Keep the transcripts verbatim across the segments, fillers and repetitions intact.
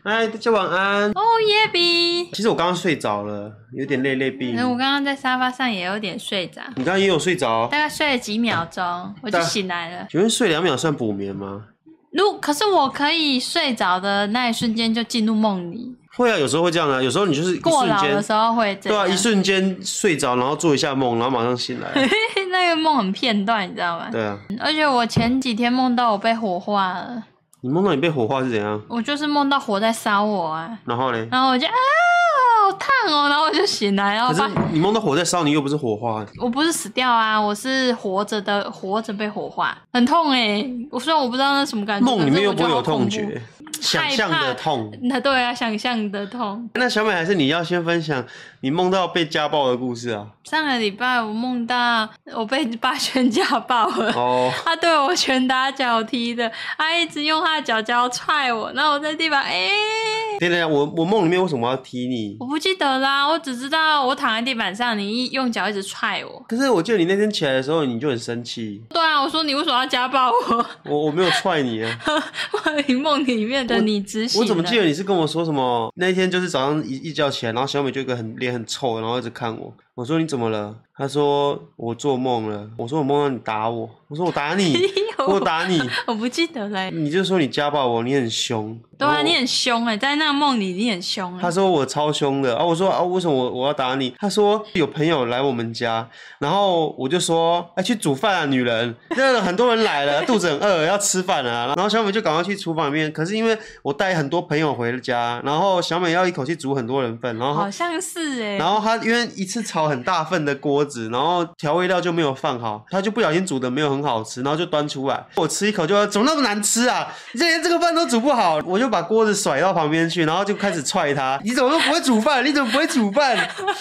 嗨，大家晚安。 哦耶比。 其实我刚刚睡着了，有点累累病。 嗯，我刚刚在沙发上也有点睡着。 你刚刚也有睡着？ 大概睡了几秒钟，我就醒来了。 请问睡两秒算补眠吗？ 如可是我可以睡着的那一瞬间就进入梦里。 会啊，有时候会这样啊，有时候你就是一过劳的时候会这样。 对啊，一瞬间睡着，然后做一下梦，然后马上醒来。 那个梦很片段，你知道吗？ 对啊。而且我前几天梦到我被火化了。 你梦到你被火化是怎样？ 我就是梦到火在烧我啊。 然后呢？ 然后我就啊，好烫哦，然后我就醒来，然后可是你梦到火在烧，你又不是火化。 我不是死掉啊，我是活着的，活着被火化，很痛哎、欸。我虽然我不知道那什么感觉， 梦里面又不会有痛觉。想象的痛， 那对啊，想象的痛。 那小美还是你要先分享你梦到被家暴的故事啊。 上个礼拜我梦到我被八轩家暴了，哦，他对我拳打脚踢的，他一直用他的脚脚踹我，然后我在地板，哎、欸， 等等，我我梦里面为什么要踢你？ 我不记得啦，我只知道我躺在地板上，你用脚一直踹我。 可是我记得你那天起来的时候，你就很生气。 对啊，我说你为什么要家暴我？ 我我没有踹你啊， 你梦里面的你执行。 我怎么记得你是跟我说什么？那一天就是早上一一觉起来，然后小美就一个很脸很臭，然后一直看我。我说你怎么了？他说我做梦了。我说我梦到你打我。我说我打你，我打你。 我不记得了。 你就说你家暴我，你很凶。 对啊，你很凶哎、欸，在那个梦里你很凶、欸。 他说我超凶的啊，我说啊为什么我我要打你？他说有朋友来我们家，然后我就说哎、欸、去煮饭啊，女人，这个很多人来了，肚子很饿要吃饭啊。然后小美就赶快去厨房里面，可是因为我带很多朋友回家，然后小美要一口气煮很多人份，然后好像是哎、欸， 然后她因为一次炒很大份的锅子，然后调味料就没有放好，她就不小心煮的没有很好吃，然后就端出来，我吃一口就说怎么那么难吃啊？你连这个饭都煮不好，我就把锅子甩到旁边去，然后就开始踹他，你怎么都不会煮饭？你怎么不会煮饭？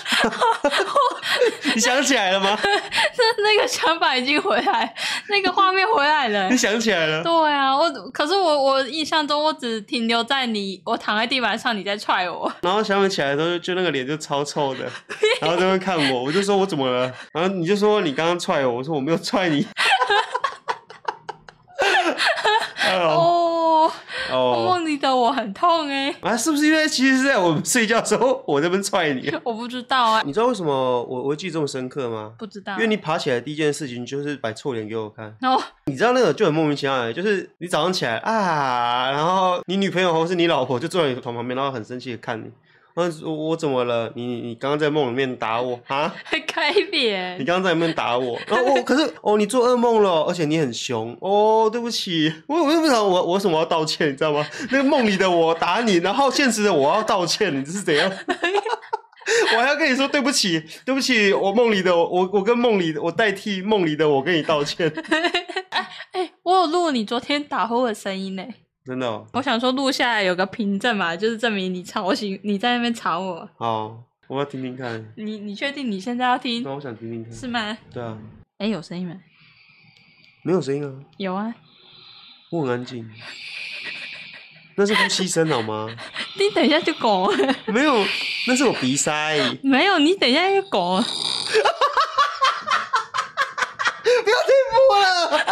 你想起来了吗？ 那那个想法已经回来，那个画面回来了。 你想起来了？ 对啊，我可是我我印象中我只停留在你，我躺在地板上，你在踹我。 然后小美起来的时候，就那个脸就超臭的，然后在那看我，我就说我怎么了？然后你就说你刚刚踹我，我说我没有踹你。 哦哦，梦里的我很痛哎、 欸！啊，是不是因为其实是在我们睡觉的时候，我在那边踹你？ 我不知道啊。 你知道为什么我我会记得这么深刻吗？ 不知道。 因为你爬起来第一件事情就是摆臭脸给我看。 哦。 你知道那个就很莫名其妙的，就是你早上起来啊，然后你女朋友或是你老婆就坐在你床旁边，然后很生气的看你。我我怎么了？你你刚刚在梦里面打我啊？ 开扁！ 你刚刚在里面打我，然后我可是哦，你做噩梦了，而且你很凶哦，对不起，我我又不知道我我为什么要道歉，你知道吗？那个梦里的我打你，然后现实的我要道歉，你这是怎样？我还要跟你说对不起，对不起，我梦里的我我跟梦里我代替梦里的我跟你道歉。 哎哎，我有录你昨天打呼的声音呢。 真的、哦， 我想说录下来有个凭证嘛，就是证明你吵醒，你在那边吵我。 好，我要听听看。 你你确定你现在要听？ 那我想听听看。 是吗？ 对啊。 哎，有声音吗？ 没有声音啊。 有啊。 我很安静。那是呼吸声好吗？ 你等一下就拱。 没有，那是我鼻塞。 没有，你等一下就拱。 不要听我了。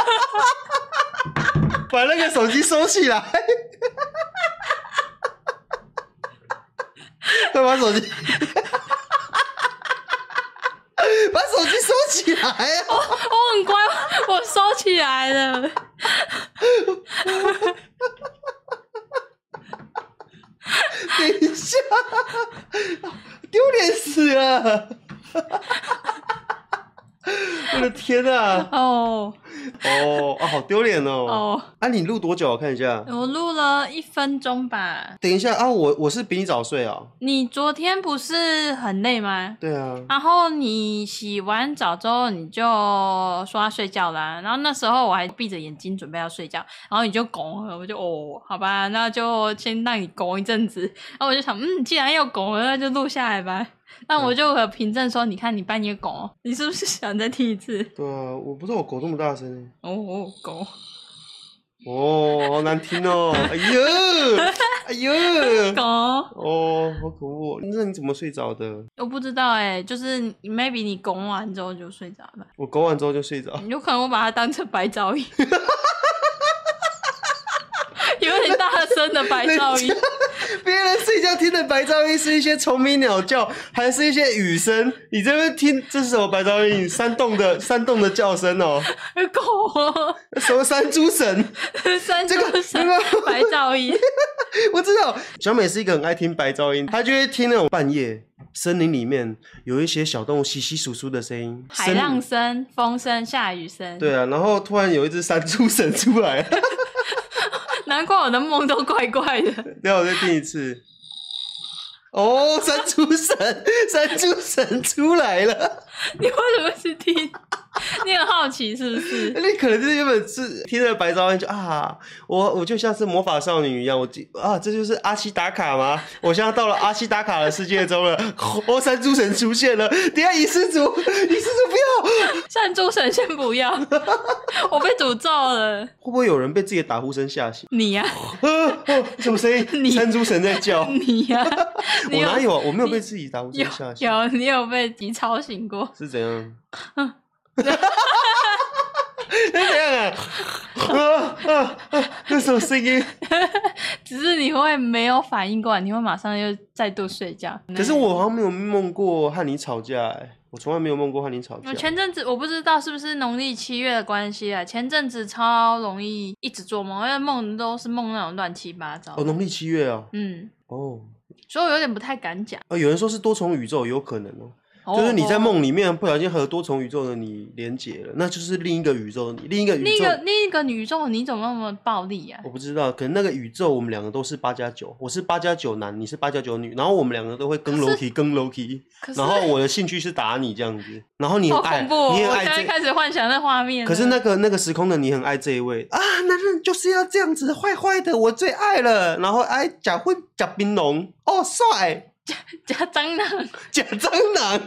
把那个手机收起来，快把手机，把手机收起来啊！ 我我很乖，我收起来了。 等一下，丢脸死了！我的天啊！ 哦哦啊，好丢脸哦！哦，啊，你录多久？我看一下， 我录了一分钟吧。 等一下啊，我我是比你早睡啊。 你昨天不是很累吗？ 对啊。然后你洗完澡之后，你就说要睡觉啦。然后那时候我还闭着眼睛准备要睡觉，然后你就拱了，我就哦，好吧，那就先让你拱一阵子。然后我就想，嗯，既然要拱了，那就录下来吧。那我就有凭证说，你看你半夜拱，你是不是想再听一次？ 对啊，我不知道我狗这么大声。 哦哦，狗。 哦，好难听哦！哎呦，哎呦， 狗。 哦，好可恶！那你怎么睡着的？ 我不知道哎、欸，就是 maybe 你拱完之后就睡着了。 我拱完之后就睡着。 有可能我把它当成白噪音。有点大声的白噪音。 别人睡觉听的白噪音是一些虫鸣鸟叫，还是一些雨声？你这边听这是什么白噪音？山洞的山洞的叫声哦， 狗哦， 什么山猪神？ 山猪神、 这个白噪音。 我知道，小美是一个很爱听白噪音，她就会听那种半夜森林里面有一些小动物稀稀疏疏的声音， 海浪声、风声、下雨声。 对啊，然后突然有一只山猪神出来， 难怪我的梦都怪怪的。 等我再听一次。哦，山猪神，山猪神出来了。 你为什么是听？你很好奇是不是？ 你可能就是原本是听着白噪音就啊，我我就像是魔法少女一样，我啊，这就是阿西达卡吗？我现在到了阿西达卡的世界中了。哦，山猪神出现了，等一下遗失主，遗失主不要， 山猪神先不要，我被诅咒了。 会不会有人被自己的打呼声吓醒？ 你呀、 啊哦，什么声音？ 你山猪神在叫。 你呀、 我哪有？我没有被自己打呼声有吓醒。 有，你有被你吵醒过？ 是怎样？是怎样啊？啊啊啊！那什么声音？ 只是你会没有反应过来，你会马上又再度睡觉。 可是我好像没有梦过和你吵架、欸，我从来没有梦过和你吵架。 我前阵子我不知道是不是农历七月的关系啊，前阵子超容易一直做梦，因为梦都是梦那种乱七八糟。 哦，农历七月啊。 嗯。 哦。 所以我有点不太敢讲。 哦，有人说是多重宇宙，有可能哦。 哦就是你在梦里面不小心和多重宇宙的你连结了，那就是另一个宇宙的你，另一个宇宙。 另一个另一个宇宙，你怎么那么暴力啊？ 我不知道，可能那个宇宙我们两个都是八加九，我是八加九男，你是八加九女，然后我们两个都会跟楼梯跟楼梯，然后我的兴趣是打你这样子，然后你很爱， 好恐怖、哦！ 你很爱我现在开始幻想那画面。 可是那个那个时空的你很爱这一位啊，男人就是要这样子坏坏的，我最爱了，然后爱假混假槟榔，哦帅。 假蟑螂， 假蟑螂。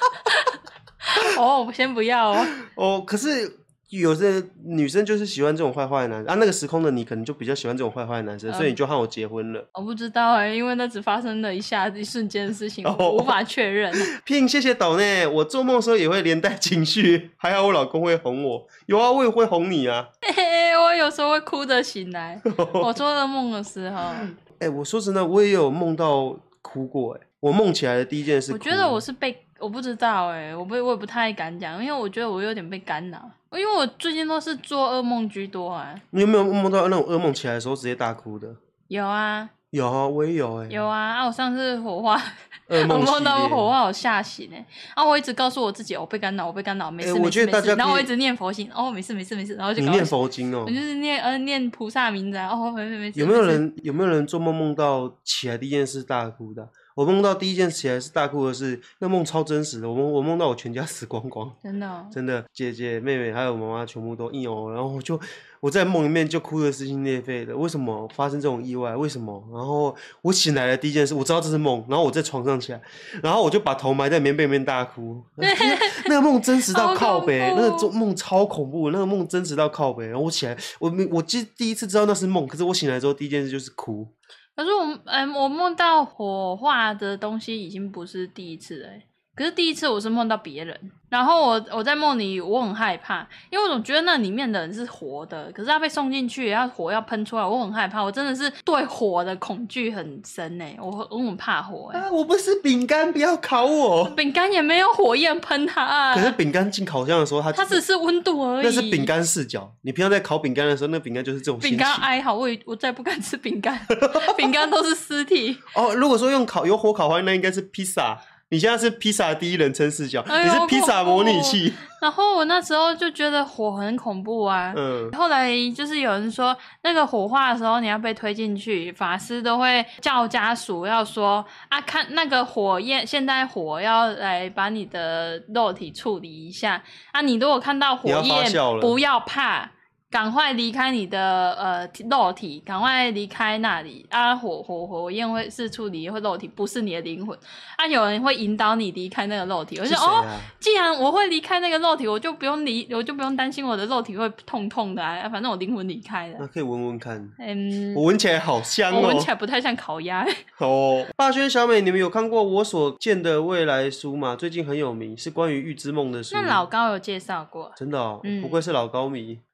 哦，先不要哦。 哦，可是有些女生就是喜欢这种坏坏的男生啊，那个时空的你可能就比较喜欢这种坏坏的男生，嗯、所以你就和我结婚了。 我不知道哎、欸，因为那只发生了一下一瞬间的事情，我无法确认。 Ping，谢谢斗内，我做梦的时候也会连带情绪，还好我老公会哄我。有啊，我也会哄你啊。 嘿嘿，我有时候会哭着醒来，我做噩梦的时候。 哎、欸，我说真的，我也有梦到哭过哎、欸。我梦起来的第一件事， 我觉得我是被我不知道哎、欸，我不我也不太敢讲，因为我觉得我有点被干扰，因为我最近都是做噩梦居多啊。 你有没有梦到那种噩梦起来的时候直接大哭的？ 有啊， 有啊，我也有哎、欸。 有啊，啊，我上次火化， 噩梦我梦到火化，我吓醒哎、欸，然后我一直告诉我自己，我被干扰，我被干扰，没事、 欸、 没事没事，然后我一直念念佛经，哦，没事没事没事，然后就你念佛经哦， 我就是念呃念菩萨名字啊，哦没事没事。 有没有人有没有人做梦梦到起来第一件事大哭的？我梦到第一件起来是大哭的是，那梦超真实的。我梦我梦到我全家死光光， 真的、哦、 真的，姐姐妹妹还有妈妈全部都一哦，然后我就我在梦里面就哭得撕心裂肺的。为什么发生这种意外？为什么？然后我醒来的第一件事，我知道这是梦，然后我在床上起来，然后我就把头埋在棉被里面大哭。那个梦真实到靠北，那个梦超恐怖，那个梦真实到靠北。然后我起来，我我记第一次知道那是梦，可是我醒来之后第一件事就是哭。 可是我，嗯，我梦到火化的东西已经不是第一次了、欸。可是第一次我是梦到别人，然后我我在梦里我很害怕，因为我总觉得那里面的人是活的，可是他被送进去，要火要喷出来，我很害怕，我真的是对火的恐惧很深哎、欸，我我很怕火哎、欸啊。我不是饼干，不要烤我。 饼干也没有火焰喷它、啊。 可是饼干进烤箱的时候，它它只是温度而已。 那是饼干视角，你平常在烤饼干的时候，那饼干就是这种心情。 饼干哀嚎，我我再不敢吃饼干，饼干都是尸体。 哦，如果说用烤有火烤的话，那应该是披萨。你现在是披萨第一人称视角， 哎、 你是披萨模拟器。 然后我那时候就觉得火很恐怖啊。嗯。后来就是有人说，那个火化的时候你要被推进去，法师都会叫家属要说啊，看那个火焰，现在火要来把你的肉体处理一下啊。你如果看到火焰，不要怕。赶快离开你的呃肉体，赶快离开那里啊！火火火焰会是处理会肉体，不是你的灵魂啊！有人会引导你离开那个肉体，我就、啊、哦，既然我会离开那个肉体，我就不用离，我就不用担心我的肉体会痛痛的啊！反正我灵魂离开了。 那可以闻闻看， 嗯， 我闻起来好香哦， 我闻起来不太像烤鸭哦。霸轩小美，你们有看过我所见的未来书吗？最近很有名，是关于预知梦的书。 那老高有介绍过， 真的哦，嗯、不愧是老高迷。哎、欸，我跟我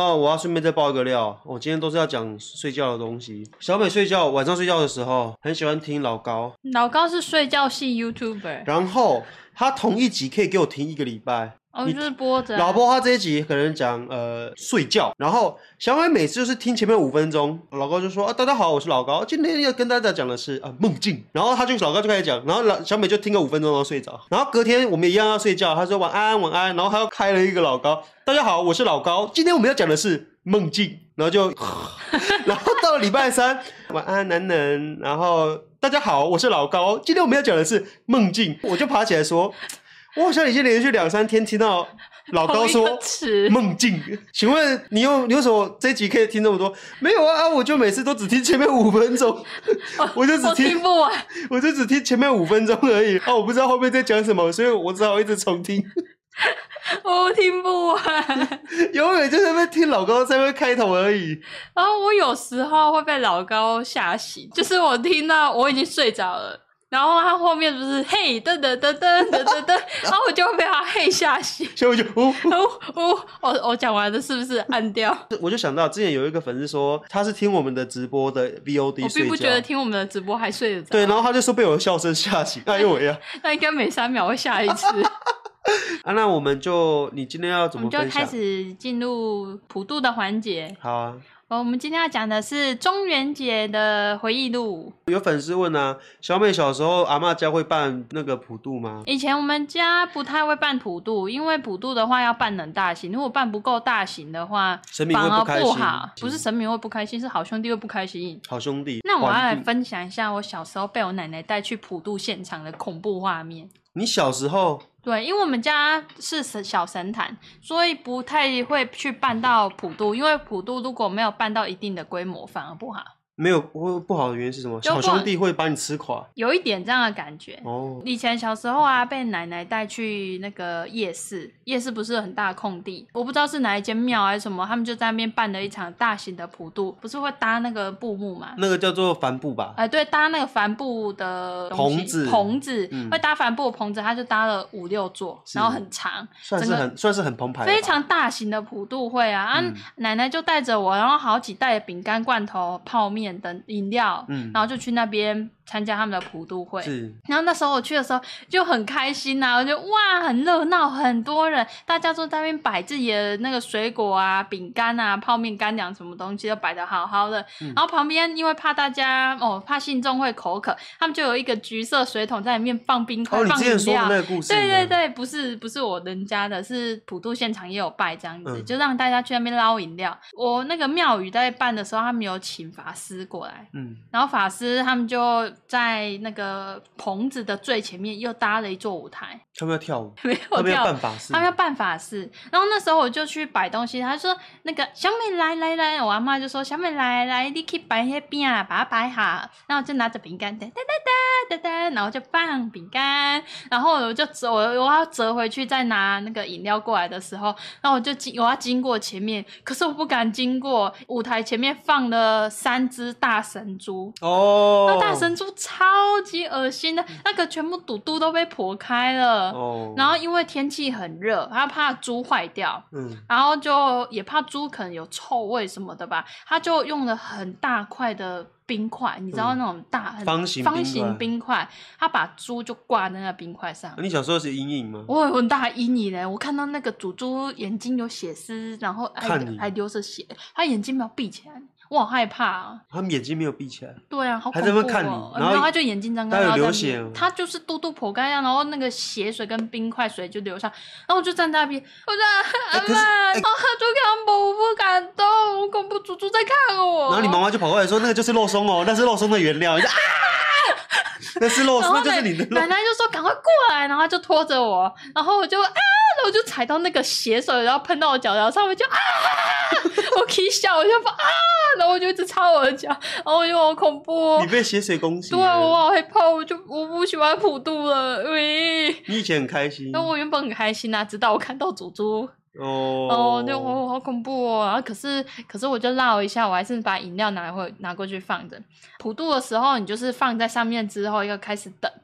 那我要顺便再爆一个料，我今天都是要讲睡觉的东西。小美睡觉，晚上睡觉的时候很喜欢听老高， 老高是睡觉系 YouTuber， 然后他同一集可以给我听一个礼拜。 哦，就是播着、啊。 老波他这一集可能讲呃睡觉，然后小美每次就是听前面五分钟，老高就说啊大家好，我是老高，今天要跟大家讲的是啊梦境，然后他就老高就开始讲，然后老小美就听个五分钟然后睡着，然后隔天我们一样要睡觉，他说晚安晚安，然后他又开了一个老高，大家好，我是老高，今天我们要讲的是梦境，然后就，然后到了礼拜三，晚安男人，然后大家好，我是老高，今天我们要讲的是梦境，我就爬起来说。我好像已经连续两三天听到老高说梦境，请问你有你为什么这一集可以听这么多？没有啊啊！我就每次都只听前面五分钟，我就只听, 我听不完， 我就只听前面五分钟而已啊！我不知道后面在讲什么，所以我只好一直重听。 我听不完， 永远就在那边听老高在那边开头而已。 然后我有时候会被老高吓醒，就是我听到我已经睡着了。然后他后面不是嘿噔噔噔噔噔噔噔，然后我就会被他嘿吓醒， 所以我就呜呜呜，我我讲完了是不是按掉？ 我就想到之前有一个粉丝说他是听我们的直播的 V O D 睡觉， 我并不觉得听我们的直播还睡得着。 对，然后他就说被我的笑声吓醒，哎呦喂呀！ 那应该每三秒会吓一次。 啊，那我们就你今天要怎么分享？ 我们就开始进入普渡的环节。 好啊。 我们今天要讲的是中元节的回忆录。 有粉丝问啊，小美小时候阿嬷家会办那个普渡吗？ 以前我们家不太会办普渡，因为普渡的话要办很大型，如果办不够大型的话， 神明会不开心。 反而不好，不是神明会不开心，是好兄弟会不开心。 好兄弟。 那我要来分享一下我小时候被我奶奶带去普渡现场的恐怖画面。 你小时候？ 对，因为我们家是小神坛，所以不太会去办到普渡，因为普渡如果没有办到一定的规模，反而不好。 没有不不好的原因是什么？小兄弟会把你吃垮， 有一点这样的感觉。 哦， 以前小时候啊，被奶奶带去那个夜市，夜市不是很大空地，我不知道是哪一间庙还是什么，他们就在那边办了一场大型的普渡，不是会搭那个布幕嘛？ 那个叫做帆布吧？ 哎、呃，对，搭那个帆布的棚子， 棚子、 嗯、 会搭帆布的棚子，他就搭了五六座，然后很长， 算是很算是很澎湃， 非常大型的普渡会啊！啊、嗯，奶奶就带着我，然后好几袋饼干、罐头、泡面等饮料。嗯，然后就去那边参加他们的普渡会。 是， 然后那时候我去的时候就很开心啊，我就哇很热闹，很多人，大家都在那边摆自己的那个水果啊、饼干啊、泡面、干粮什么东西都摆得好好的。嗯、然后旁边因为怕大家哦怕信众会口渴，他们就有一个橘色水桶在里面放冰块、 哦、 放饮料。 你之前说的那个故事。 对对对，不是不是我人家的，是普渡现场也有拜这样子，嗯、就让大家去那边捞饮料。我那个庙宇在办的时候，他们有请法师过来。嗯。然后法师他们就在那个棚子的最前面又搭了一座舞台， 他们要跳舞， 没有跳， 他们要办法事， 他们要办法事。然后那时候我就去摆东西，他说那个小美来来来，我阿嬷就说小美来来，你去摆那边啊，把它摆好。然后我就拿着饼干，哒哒哒哒哒，然后就放饼干，然后我就折，我我要折回去再拿那个饮料过来的时候，然后我就经我要经过前面，可是我不敢经过舞台前面放了三只大神猪。 哦， 那大神猪超级恶心的，那个全部肚肚都被剖开了。哦，然后因为天气很热，他怕猪坏掉，嗯，然后就也怕猪可能有臭味什么的吧，他就用了很大块的冰块，你知道那种大、嗯、 方形方形冰块，他把猪就挂在那冰块上。 你小时候是阴影吗？ 我有很大的阴影嘞，我看到那个猪猪眼睛有血丝，然后还还流着血，他眼睛没有闭起来。我好害怕啊！ 他们眼睛没有闭起来。 对啊，好恐怖、哦！ 还在那边看你，然后他就眼睛张开， 他有流血、哦， 他就是肚肚剖开啊，然后那个血水跟冰块水就流下，然后我就站在那边，我说阿妈，啊，猪看我，我不敢动，恐怖猪猪在看我。 然后你妈妈就跑过来说：“那个就是肉松哦，那是肉松的原料。”你就啊，那是肉松，那就是你的肉。 奶奶就说：“赶快过来！”然后就拖着我，然后我就啊，然后我就踩到那个血水，然后喷到我脚脚上面，就啊，我起笑，我就说啊。然后我就一直擦我的脚，然后我就好恐怖、哦。 你被血水攻击？ 对啊，我好害怕，我就我不喜欢普渡了。喂， 你以前很开心？ 那我原本很开心啊，直到我看到猪猪。 哦， 哦，就我好恐怖哦！然后可是可是我就绕一下，我还是把饮料拿回拿过去放着。普渡的时候，你就是放在上面之后要开始等，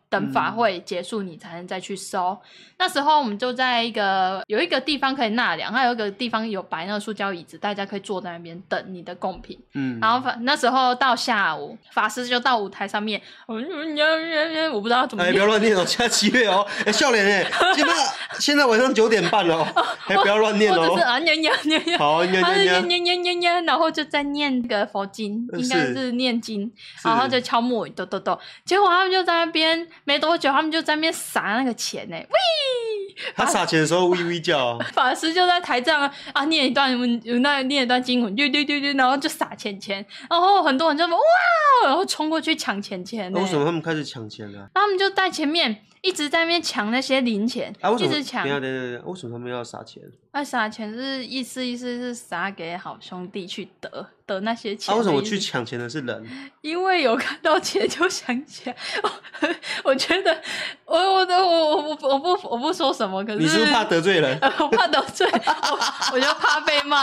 等法会结束你才能再去收。嗯、那时候我们就在一个有一个地方可以纳凉，还有一个地方有摆那个塑胶椅子，大家可以坐在那边等你的贡品。嗯，然后那时候到下午，法师就到舞台上面，我不知道怎么。 哎，不要乱念哦，现在七月哦，哎，笑脸哎，现在现在晚上九点半了哦，哎，不要乱念哦。 或者是啊念念念念， 好念念念念念念念，然后就在念个佛经，应该是念经，然后就敲木鱼，咚咚咚。结果他们就在那边没多久，他们就在那边撒那个钱呢，喂！ 他撒钱的时候喂喂叫， 法师就在台上啊念一段那念一段经文，对对对对，然后就撒钱钱，然后很多人就说哇，然后冲过去抢钱钱。 为什么他们开始抢钱了？ 他们就在前面一直在那边抢那些零钱， 啊、 一直抢。 等一下等一下，为什么他们要撒钱？ 那撒钱是意思意思是撒给好兄弟去得得那些钱。 啊，为什么去抢钱的是人？ 因为有看到钱就想抢。我觉得我我我我我我不我不说什么，可是你是不是怕得罪人？ 我怕得罪，我我就怕被骂。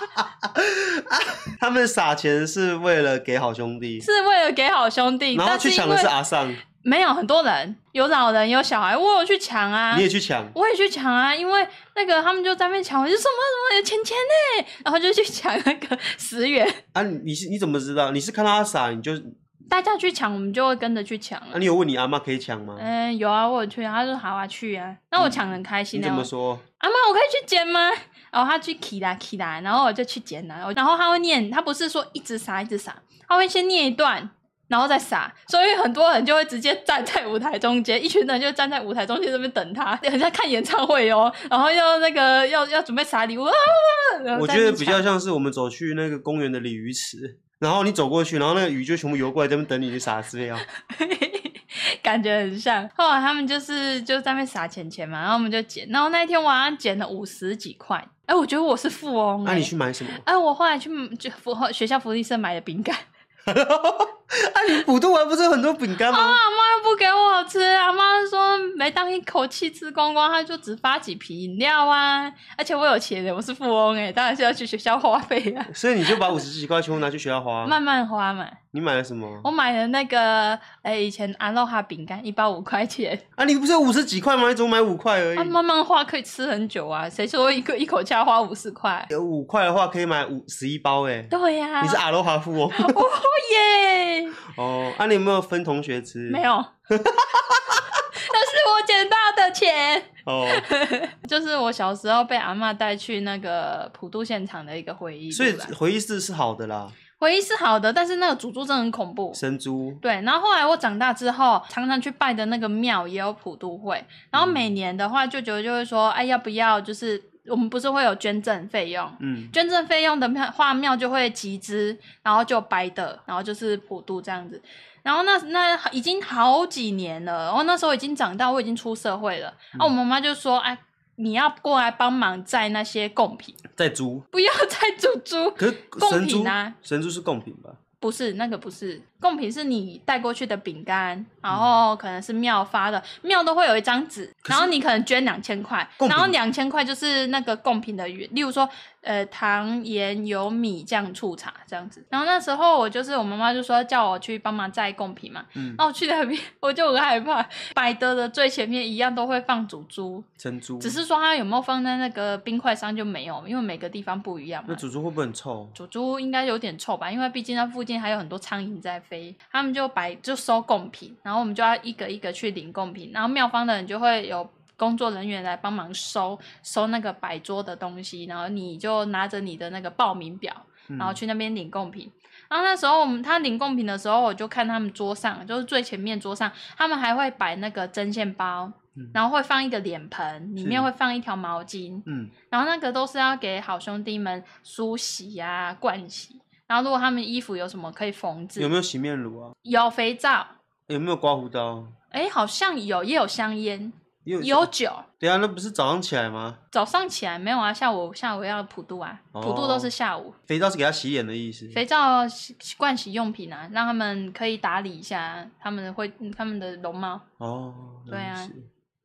他们撒钱是为了给好兄弟， 是为了给好兄弟， 然后去抢的是阿桑。 没有很多人，有老人有小孩，我有去抢啊。 你也去抢？ 我也去抢啊，因为那个他们就在那边抢，我就什么什么有钱钱呢，然后就去抢那个十元。 啊，你是你怎么知道？你是看到他撒你就？ 大家去抢，我们就会跟着去抢了。 那、啊、你有问你阿嬷可以抢吗？ 嗯，有啊，我有去，他说好啊，去啊。那我抢得很开心、啊嗯。你怎么说？ 阿嬷，我可以去捡吗？然后他去起来起来，然后我就去捡了。然后他会念，他不是说一直撒一直撒，他会先念一段。然后再撒，所以很多人就会直接站在舞台中间，一群人就站在舞台中间这边等他，很像看演唱会哦。然后要那个要要准备撒礼物啊！ 我觉得比较像是我们走去那个公园的鲤鱼池，然后你走过去，然后那个鱼就全部游过来，这边等你去撒饲料。 感觉很像。后来他们就是就在那边撒钱钱嘛，然后我们就捡，然后那一天晚上捡了五十几块。哎，我觉得我是富翁、欸。 那、啊、你去买什么？ 哎，我后来去就福学校福利社买的饼干。 啊，你普渡完不是有很多饼干吗？ 啊，阿妈又不给我吃，阿妈说没当一口气吃光光，她就只发几瓶饮料啊。而且我有钱的，我是富翁哎，当然是要去学校花费啊。 所以你就把五十几块全部拿去学校花， 慢慢花嘛。 你买了什么？ 我买了那个哎、欸，以前阿洛哈饼干，一包五块钱。 啊，你不是有五十几块吗？你怎么买五块而已？ 啊，慢慢花可以吃很久啊，谁说一个一口气要花五十块？ 有五块的话可以买五十一包哎。 对呀、啊， 你是阿洛哈富翁。 哦耶！ 哦，啊，你有没有分同学吃？ 没有。那是我捡到的钱哦，就是我小时候被阿嬷带去那个普渡现场的一个回忆， 所以回忆是是好的啦。 回忆是好的，但是那个祖珠真的很恐怖， 神猪。 对，然后后来我长大之后，常常去拜的那个庙也有普渡会，然后每年的话，舅舅就会说，哎，要不要就是我们不是会有捐赠费用，嗯，捐赠费用的话，庙就会集资，然后就拜的，然后就是普渡这样子。然后那那已经好几年了，然后那时候已经长大，我已经出社会了。嗯、啊，我妈妈就说：“哎，你要过来帮忙载那些贡品， 载猪， 不要载猪猪。 可是贡品啊， 神猪是贡品吧？ 不是，那个不是贡品，是你带过去的饼干，然后可能是庙发的，庙都会有一张纸，然后你可能捐两千块，然后两千块就是那个贡品的元，例如说。”呃，糖、盐、油、米、酱、醋、茶这样子。然后那时候我就是我妈妈就说叫我去帮忙载贡品嘛，嗯，然后我去那边我就很害怕，摆的的最前面一样都会放煮猪、 珍珠， 只是说它有没有放在那个冰块上就没有，因为每个地方不一样嘛。 那煮猪会不会很臭？ 煮猪应该有点臭吧，因为毕竟那附近还有很多苍蝇在飞，他们就摆就收贡品，然后我们就要一个一个去领贡品，然后庙方的人就会有。工作人员来帮忙收收那个摆桌的东西，然后你就拿着你的那个报名表，然后去那边领贡品。嗯、然后那时候我们他领贡品的时候，我就看他们桌上，就是最前面桌上，他们还会摆那个针线包，嗯、然后会放一个脸盆，里面会放一条毛巾，嗯，然后那个都是要给好兄弟们梳洗啊、盥洗。然后如果他们衣服有什么可以缝制， 有没有洗面乳啊？ 有肥皂， 有没有刮胡刀？ 哎，好像有，也有香烟。有, 有酒， 对啊，那不是早上起来吗？ 早上起来没有啊，下午下午要普渡啊，哦、普渡都是下午。 肥皂是给他洗脸的意思。 肥皂盥洗用品啊，让他们可以打理一下他们会他们的容貌。 哦， 对啊。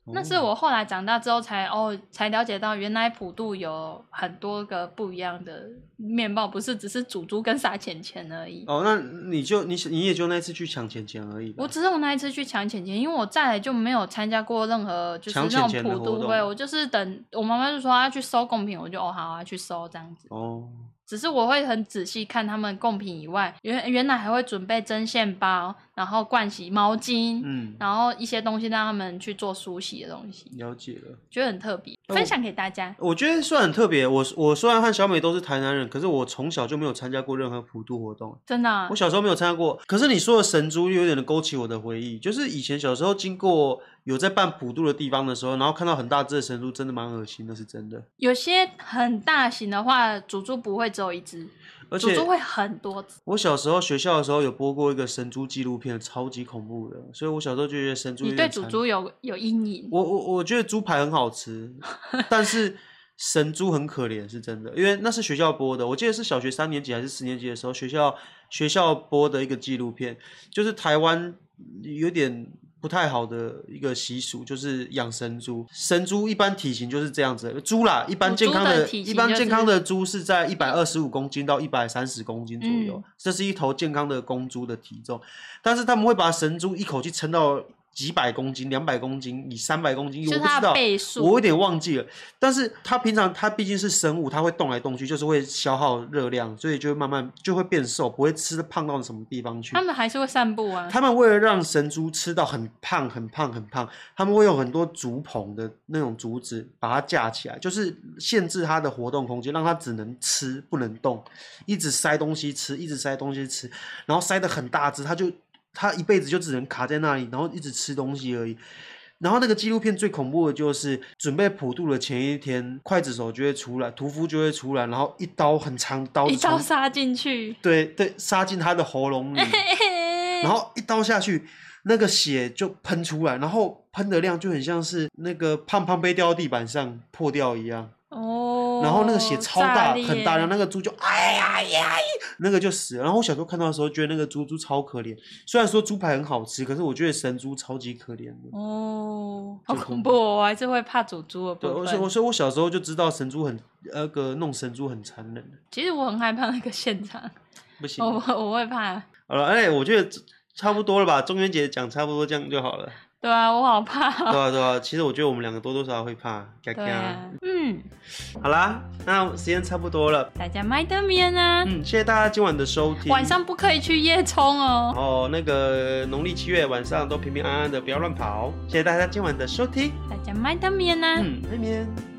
那是我后来长大之后才哦才了解到，原来普渡有很多个不一样的面包，不是只是煮猪跟撒钱钱而已。 哦，那你就你你也就那次去抢钱钱而已吧。 我只有那一次去抢钱钱，因为我再来就没有参加过任何就是那种普渡会，我就是等我妈妈就说要去收贡品，我就哦好啊去收这样子。 哦。 只是我会很仔细看他们贡品以外，原原来还会准备针线包，然后盥洗毛巾，嗯，然后一些东西让他们去做梳洗的东西。 了解了， 觉得很特别，分享给大家。 我觉得算很特别。我我虽然和小美都是台南人，可是我从小就没有参加过任何普渡活动。 真的、啊？ 我小时候没有参加过。可是你说的神猪有点勾起我的回忆，就是以前小时候经过有在办普渡的地方的时候，然后看到很大只的神猪，真的蛮恶心的，是真的。 有些很大型的话，煮猪不会只有一只。 而且煮猪会很多只。 我小时候学校的时候有播过一个神猪纪录片，超级恐怖的，所以我小时候就觉得神猪有点。 你对煮猪有有阴影？ 我我我觉得猪排很好吃，但是神猪很可怜，是真的，因为那是学校播的，我记得是小学三年级还是四年级的时候，学校学校播的一个纪录片，就是台湾有点不太好的一个习俗，就是养神猪。神猪一般体型就是这样子，猪啦，一般健康的， 的一般健康的猪是在一百二十五公斤到一百三十公斤左右，嗯，这是一头健康的公猪的体重。但是他们会把神猪一口气撑到几百公斤、两百公斤、以三百公斤，我不知道，我有点忘记了。但是它平常它毕竟是生物，它会动来动去，就是会消耗热量，所以就会慢慢就会变瘦，不会吃的胖到什么地方去。 他们还是会散步啊。 他们为了让神猪吃到很胖、很胖、很胖，他们会用很多竹棚的那种竹子把它架起来，就是限制它的活动空间，让它只能吃不能动，一直塞东西吃，一直塞东西吃，然后塞得很大只，它就。他一辈子就只能卡在那里，然后一直吃东西而已。然后那个纪录片最恐怖的就是准备普渡的前一天，刽子手就会出来，屠夫就会出来，然后一刀很长刀子， 一刀杀进去， 对对，杀进他的喉咙里，然后一刀下去，那个血就喷出来，然后喷的量就很像是那个胖胖杯掉到地板上破掉一样。哦，然后那个血超大，很大量，那个猪就哎呀呀，那个就死了。然后我小时候看到的时候，觉得那个猪猪超可怜。虽然说猪排很好吃，可是我觉得神猪超级可怜的。 哦，好恐怖哦！我还是会怕煮猪的部分。 对，所以我小时候就知道神猪很那个弄神猪很残忍。 其实我很害怕那个现场， 不行， 我我会怕。 好了，哎，我觉得差不多了吧？中元节讲差不多这样就好了。 对啊，我好怕、哦。 对啊，对啊，其实我觉得我们两个多多少少会怕。 对啊，嗯， 好啦，那时间差不多了， 大家麦德面啊， 嗯，谢谢大家今晚的收听。 晚上不可以去夜冲哦。 哦，那个农历七月晚上都平平安安的，不要乱跑。谢谢大家今晚的收听， 大家麦德面啊， 嗯，麦面。